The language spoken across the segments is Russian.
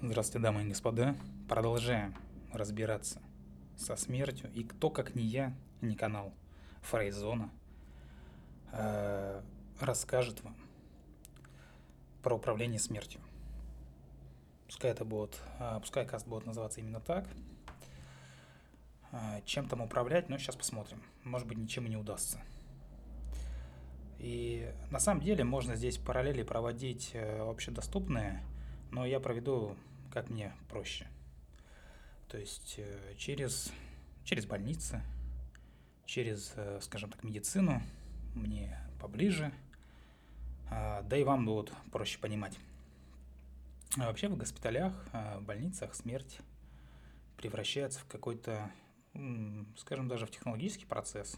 Здравствуйте, дамы и господа. Продолжаем разбираться со смертью. И кто, как не я, не канал Фрейзона, расскажет вам про управление смертью. Пускай каст будет называться именно так. Чем там управлять, но сейчас посмотрим. Может быть, ничем и не удастся. И на самом деле можно здесь параллели проводить общедоступные, но я проведу как мне проще. То есть через больницы, через, скажем так, медицину, мне поближе, да и вам будет проще понимать. Вообще в госпиталях, в больницах смерть превращается в какой-то, скажем, даже в технический процесс.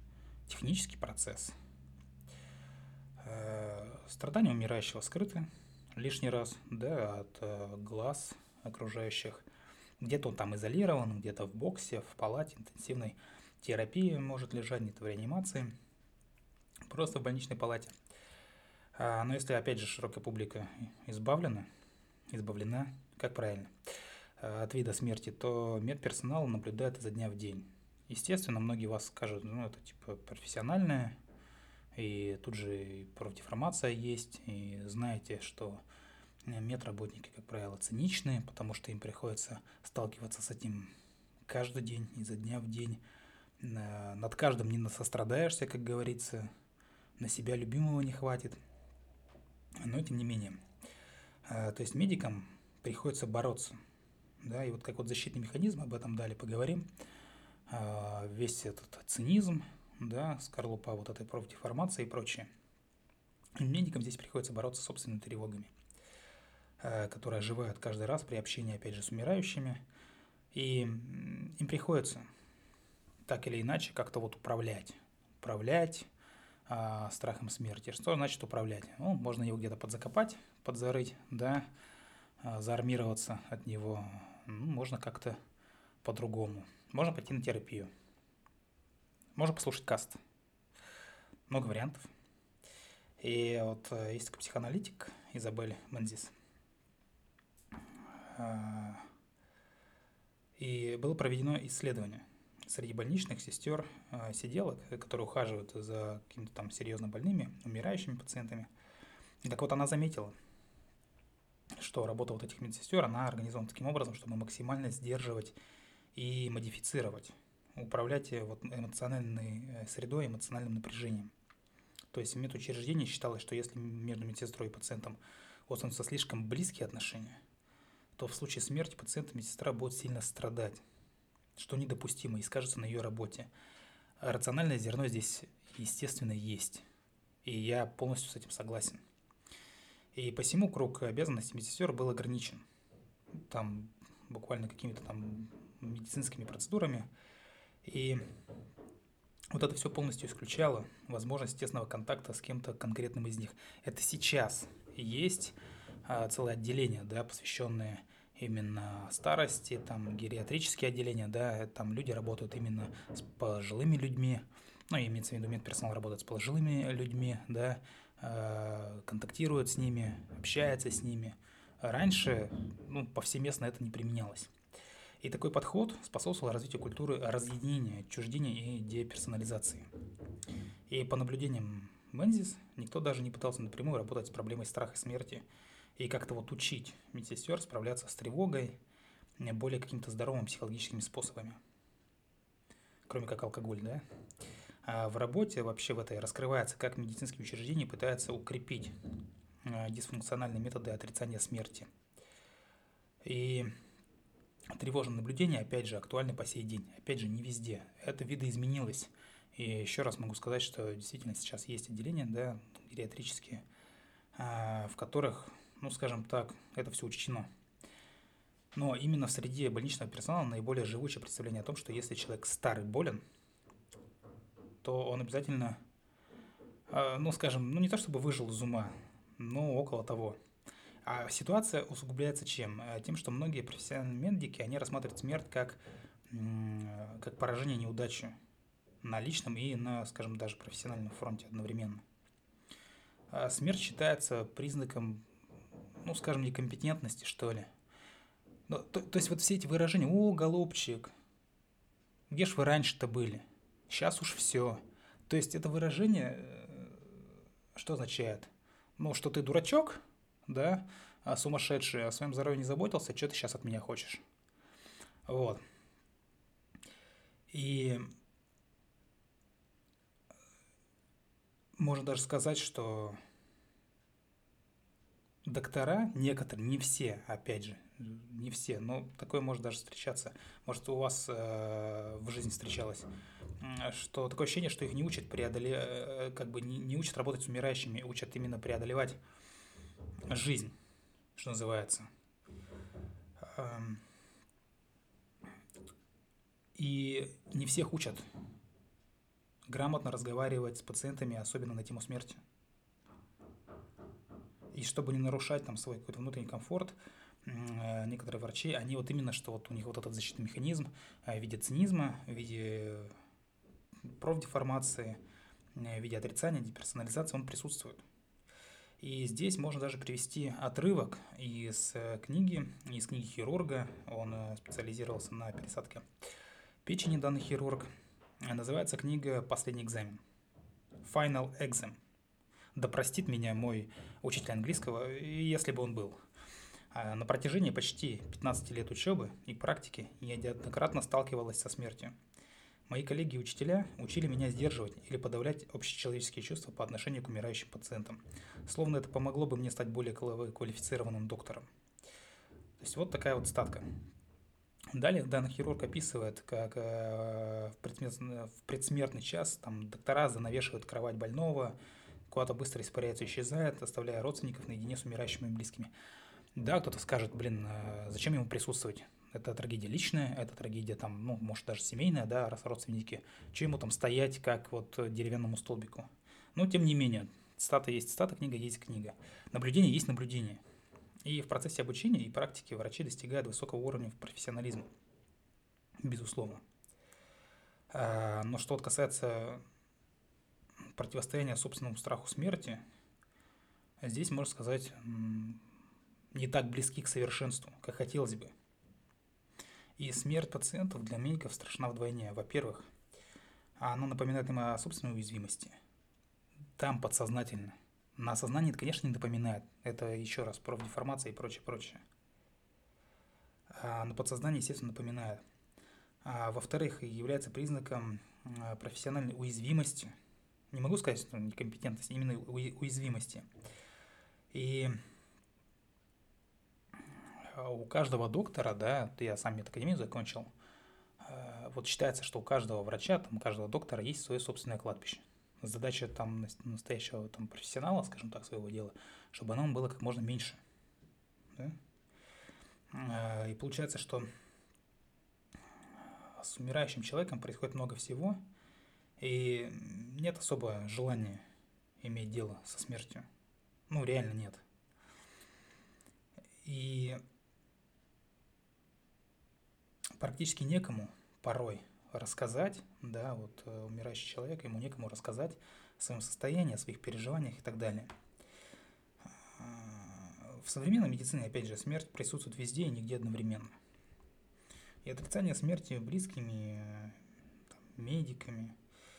Страдания умирающего скрыты лишний раз, да, от глаз окружающих. Где-то он там изолирован, где-то в боксе, в палате интенсивной терапии может лежать, где-то в реанимации, просто в больничной палате. Но если, опять же, широкая публика избавлена, как правильно, от вида смерти, то медперсонал наблюдает изо дня в день. Естественно, многие вас скажут, это типа профессиональное, и тут же и профдеформация есть, и знаете, что медработники, как правило, циничные, потому что им приходится сталкиваться с этим каждый день, изо дня в день. Над каждым не насострадаешься, как говорится, на себя любимого не хватит. Но тем не менее. То есть медикам приходится бороться. Да, и вот как вот защитный механизм, об этом далее поговорим. Весь этот цинизм, да, скорлупа вот этой профдеформации и прочее. Медикам здесь приходится бороться с собственными тревогами, которые оживают каждый раз при общении, опять же, с умирающими. И им приходится так или иначе как-то вот управлять страхом смерти. Что значит управлять? Можно его где-то подзакопать, подзарыть, да, заармироваться от него. Можно как-то по-другому. Можно пойти на терапию. Можно послушать каст. Много вариантов. И вот есть такой психоаналитик Изабель Мензис. И было проведено исследование среди больничных сестер, сиделок, которые ухаживают за какими-то там серьезно больными, умирающими пациентами. И так вот она заметила, что работа вот этих медсестер, она организована таким образом, чтобы максимально сдерживать и модифицировать, управлять вот эмоциональной средой, эмоциональным напряжением. То есть в медучреждении считалось, что если между медсестрой и пациентом установятся слишком близкие отношения, то в случае смерти пациента медсестра будет сильно страдать, что недопустимо и скажется на ее работе. Рациональное зерно здесь, естественно, есть. И я полностью с этим согласен. И посему круг обязанностей медсестер был ограничен. Там буквально какими-то там медицинскими процедурами. И вот это все полностью исключало возможность тесного контакта с кем-то конкретным из них. Это сейчас есть целое отделение, да, посвященное именно старости, там гериатрические отделения, да, там люди работают именно с пожилыми людьми, имеется в виду медперсонал работает с пожилыми людьми, да, контактирует с ними, общается с ними. Раньше, повсеместно это не применялось. И такой подход способствовал развитию культуры разъединения, отчуждения и деперсонализации. И по наблюдениям Мензис, никто даже не пытался напрямую работать с проблемой страха смерти и как-то вот учить медсестер справляться с тревогой более какими-то здоровыми психологическими способами. Кроме как алкоголь, да? А в работе вообще в этой раскрывается, как медицинские учреждения пытаются укрепить дисфункциональные методы отрицания смерти. И тревожное наблюдение, опять же, актуально по сей день. Опять же, не везде. Это видоизменилось. И еще раз могу сказать, что действительно сейчас есть отделения, да, гериатрические, в которых, скажем так, это все учтено. Но именно в среде больничного персонала наиболее живучее представление о том, что если человек старый болен, то он обязательно, не то чтобы выжил из ума, но около того. А ситуация усугубляется чем? Тем, что многие профессиональные медики, они рассматривают смерть как поражение, неудачу на личном и на, скажем, даже профессиональном фронте одновременно. Смерть считается признаком, некомпетентности, что ли. То есть вот все эти выражения: «О, голубчик, где ж вы раньше-то были? Сейчас уж все». То есть это выражение что означает? Ну, что ты дурачок, да, сумасшедший, о своем здоровье не заботился, что ты сейчас от меня хочешь? Вот. И можно даже сказать, что доктора, некоторые, не все, опять же, не все, но такое может даже встречаться. Может, у вас в жизни встречалось, что такое ощущение, что их не учат как бы не учат работать с умирающими, учат именно преодолевать жизнь, что называется. И не всех учат грамотно разговаривать с пациентами, особенно на тему смерти. И чтобы не нарушать там свой какой-то внутренний комфорт, некоторые врачи, они вот именно, что вот у них вот этот защитный механизм в виде цинизма, в виде профдеформации, в виде отрицания, деперсонализации, он присутствует. И здесь можно даже привести отрывок из книги хирурга. Он специализировался на пересадке печени, данный хирург. Называется книга «Последний экзамен». Final Exam. Да простит меня мой учитель английского, если бы он был. На протяжении почти 15 лет учебы и практики я неоднократно сталкивалась со смертью. Мои коллеги и учителя учили меня сдерживать или подавлять общечеловеческие чувства по отношению к умирающим пациентам, словно это помогло бы мне стать более квалифицированным доктором. То есть вот такая вот статка. Далее данный хирург описывает, как в предсмертный час там доктора занавешивают кровать больного, куда-то быстро испаряется, исчезает, оставляя родственников наедине с умирающими и близкими. Да, кто-то скажет, зачем ему присутствовать? Это трагедия личная, это трагедия там, ну, может, даже семейная, да, раз родственники. Чего ему там стоять, как вот деревянному столбику? Но, тем не менее, цитата есть цитата, книга есть книга. Наблюдение есть наблюдение. И в процессе обучения и практики врачи достигают высокого уровня профессионализма. Безусловно. Но что вот касается противостояния собственному страху смерти, здесь, можно сказать, не так близки к совершенству, как хотелось бы. И смерть пациентов для медиков страшна вдвойне. Во-первых, она напоминает им о собственной уязвимости. Там подсознательно. На сознании это, конечно, не напоминает. Это еще раз профдеформация и прочее, прочее. А на подсознании, естественно, напоминает. А во-вторых, является признаком профессиональной уязвимости. Не могу сказать, что некомпетентности, именно уязвимости. И у каждого доктора, да, я сам медакадемию закончил, вот считается, что у каждого врача, там, у каждого доктора есть свое собственное кладбище. Задача там настоящего там, профессионала, скажем так, своего дела, чтобы оно было как можно меньше. Да? И получается, что с умирающим человеком происходит много всего, и нет особого желания иметь дело со смертью. Ну, реально нет. И практически некому порой рассказать, да, вот умирающий человек, ему некому рассказать о своем состоянии, о своих переживаниях и так далее. В современной медицине, опять же, смерть присутствует везде и нигде одновременно. И отрицание смерти близкими, там, медиками,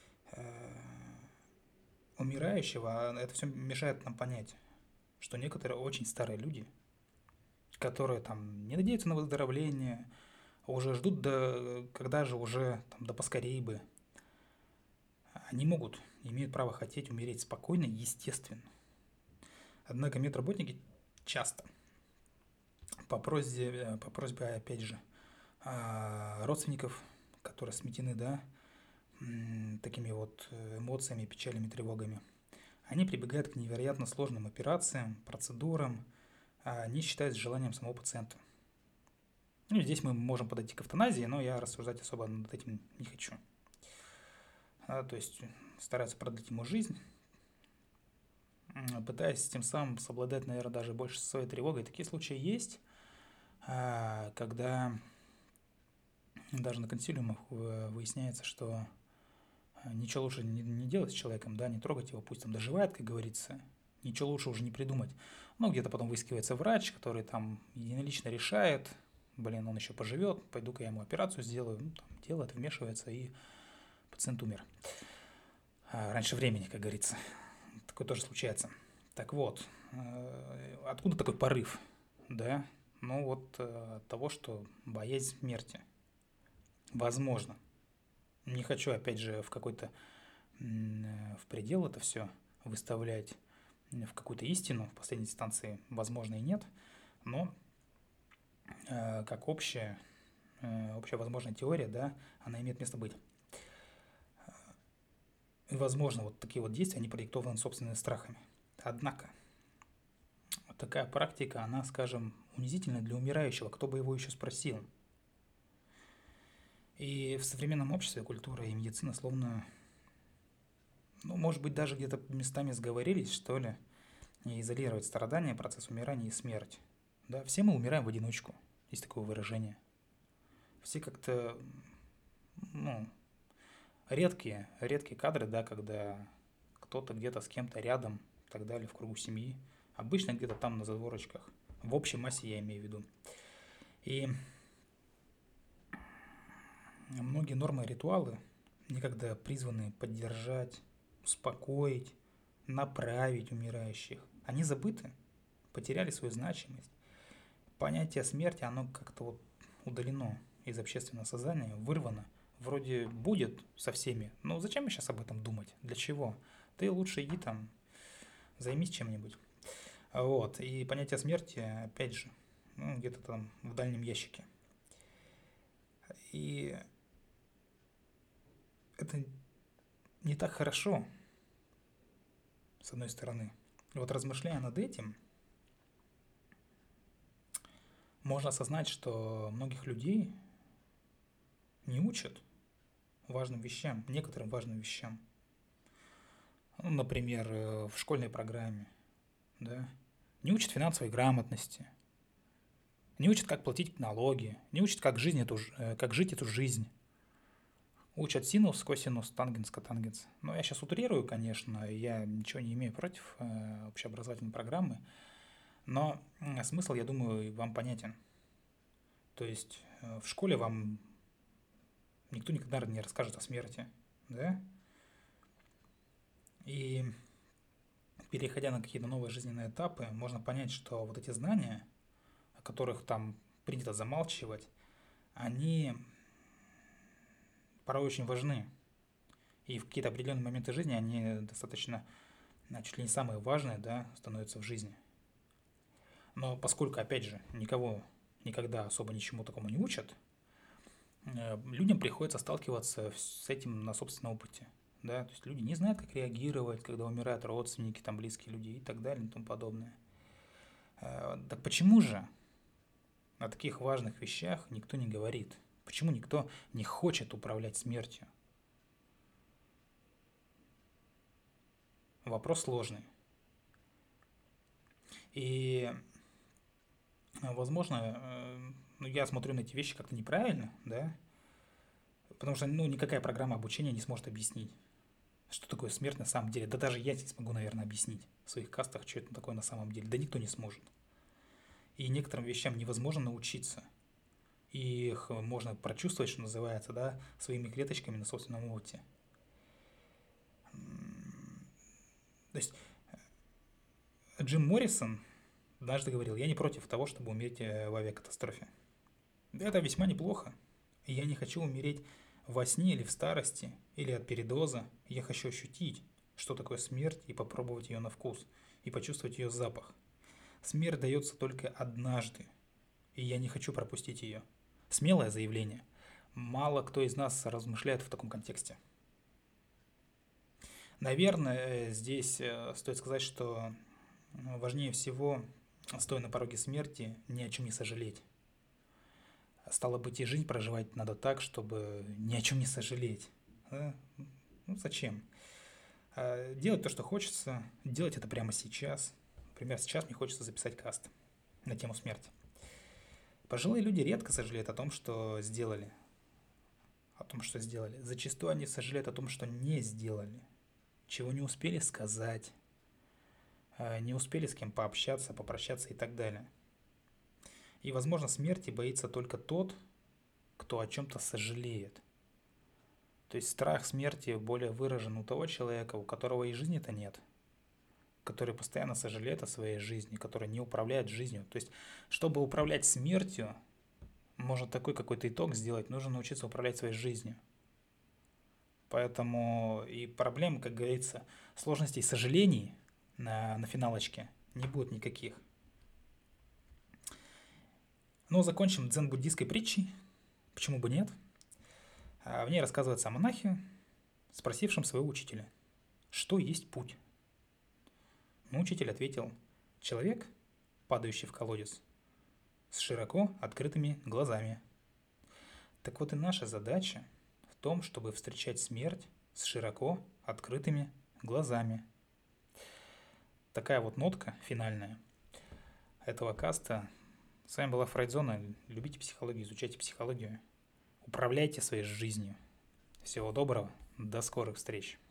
умирающего, это все мешает нам понять, что некоторые очень старые люди, которые там не надеются на выздоровление, уже ждут, когда же уже там, да поскорее бы, они могут, имеют право хотеть умереть спокойно, естественно. Однако медработники часто по просьбе, опять же, родственников, которые сметены, да, такими вот эмоциями, печалями, тревогами, они прибегают к невероятно сложным операциям, процедурам, не считаясь с желанием самого пациента. Ну, здесь мы можем подойти к эвтаназии, но я рассуждать особо над этим не хочу. То есть стараются продлить ему жизнь, пытаясь тем самым совладать, наверное, даже больше со своей тревогой. Такие случаи есть, когда даже на консилиумах выясняется, что ничего лучше не делать с человеком, да, не трогать его, пусть там доживает, как говорится, ничего лучше уже не придумать. Но где-то потом выискивается врач, который там единолично решает, он еще поживет, пойду-ка я ему операцию сделаю. Там делает, вмешивается, и пациент умер. Раньше времени, как говорится. Такое тоже случается. Так вот, откуда такой порыв? Да? От того, что боязнь смерти. Возможно. Не хочу, опять же, в предел это все выставлять, в какую-то истину, в последней инстанции, возможно, и нет, но как общая возможная теория, да, она имеет место быть. И, возможно, вот такие вот действия, они продиктованы собственными страхами. Однако, такая практика, она, скажем, унизительна для умирающего, кто бы его еще спросил. И в современном обществе культура и медицина словно, может быть, даже где-то местами сговорились, что ли, и изолировать страдания, процесс умирания и смерть. Да, все мы умираем в одиночку, есть такое выражение. Все как-то, редкие кадры, да, когда кто-то где-то с кем-то рядом и так далее, в кругу семьи. Обычно где-то там на задворочках. В общей массе я имею в виду. И многие нормы и ритуалы некогда призваны поддержать, успокоить, направить умирающих. Они забыты, потеряли свою значимость. Понятие смерти, оно как-то вот удалено из общественного сознания, вырвано. Вроде будет со всеми, но зачем мне сейчас об этом думать? Для чего? Ты лучше иди там, займись чем-нибудь. Вот, и понятие смерти, опять же, где-то там в дальнем ящике. И это не так хорошо, с одной стороны. Вот размышляя над этим, можно осознать, что многих людей не учат важным вещам, некоторым важным вещам. Например, в школьной программе, да, не учат финансовой грамотности, не учат, как платить налоги, не учат, как жить эту жизнь. Учат синус, косинус, тангенс, котангенс. Но я сейчас утрирую, конечно, я ничего не имею против общеобразовательной программы, но смысл, я думаю, вам понятен. То есть в школе вам никто никогда не расскажет о смерти, да? И переходя на какие-то новые жизненные этапы, можно понять, что вот эти знания, о которых там принято замалчивать, они порой очень важны. И в какие-то определенные моменты жизни они достаточно, чуть ли не самые важные, да, становятся в жизни. Но поскольку, опять же, никого никогда особо ничему такому не учат, людям приходится сталкиваться с этим на собственном опыте. Да? То есть люди не знают, как реагировать, когда умирают родственники, там, близкие люди и так далее и тому подобное. Так почему же о таких важных вещах никто не говорит? Почему никто не хочет управлять смертью? Вопрос сложный. И, возможно, я смотрю на эти вещи как-то неправильно, да, потому что, никакая программа обучения не сможет объяснить, что такое смерть на самом деле. Да даже я не смогу, наверное, объяснить в своих кастах, что это такое на самом деле. Да никто не сможет. И некоторым вещам невозможно научиться. И их можно прочувствовать, что называется, да, своими клеточками на собственном опыте. То есть Джим Моррисон однажды говорил: я не против того, чтобы умереть в авиакатастрофе. Это весьма неплохо. И я не хочу умереть во сне или в старости, или от передоза. Я хочу ощутить, что такое смерть, и попробовать ее на вкус, и почувствовать ее запах. Смерть дается только однажды, и я не хочу пропустить ее. Смелое заявление. Мало кто из нас размышляет в таком контексте. Наверное, здесь стоит сказать, что важнее всего, стоя на пороге смерти, ни о чем не сожалеть. Стало быть, и жизнь проживать надо так, чтобы ни о чем не сожалеть. Да? Зачем? Делать то, что хочется, делать это прямо сейчас. Например, сейчас мне хочется записать каст на тему смерти. Пожилые люди редко сожалеют о том, что сделали. Зачастую они сожалеют о том, что не сделали. Чего не успели сказать, не успели с кем пообщаться, попрощаться и так далее. И, возможно, смерти боится только тот, кто о чем-то сожалеет. То есть страх смерти более выражен у того человека, у которого и жизни-то нет, который постоянно сожалеет о своей жизни, который не управляет жизнью. То есть, чтобы управлять смертью, можно такой какой-то итог сделать, нужно научиться управлять своей жизнью. Поэтому и проблем, как говорится, сложностей, сожалений на финалочке не будет никаких. Но закончим дзен-буддийской притчей. Почему бы нет? В ней рассказывается о монахе, спросившем своего учителя, что есть путь. Но учитель ответил, человек, падающий в колодец, с широко открытыми глазами. Так вот и наша задача в том, чтобы встречать смерть с широко открытыми глазами. Такая вот нотка финальная этого каста. С вами была Фрейдзона. Любите психологию, изучайте психологию. Управляйте своей жизнью. Всего доброго, до скорых встреч.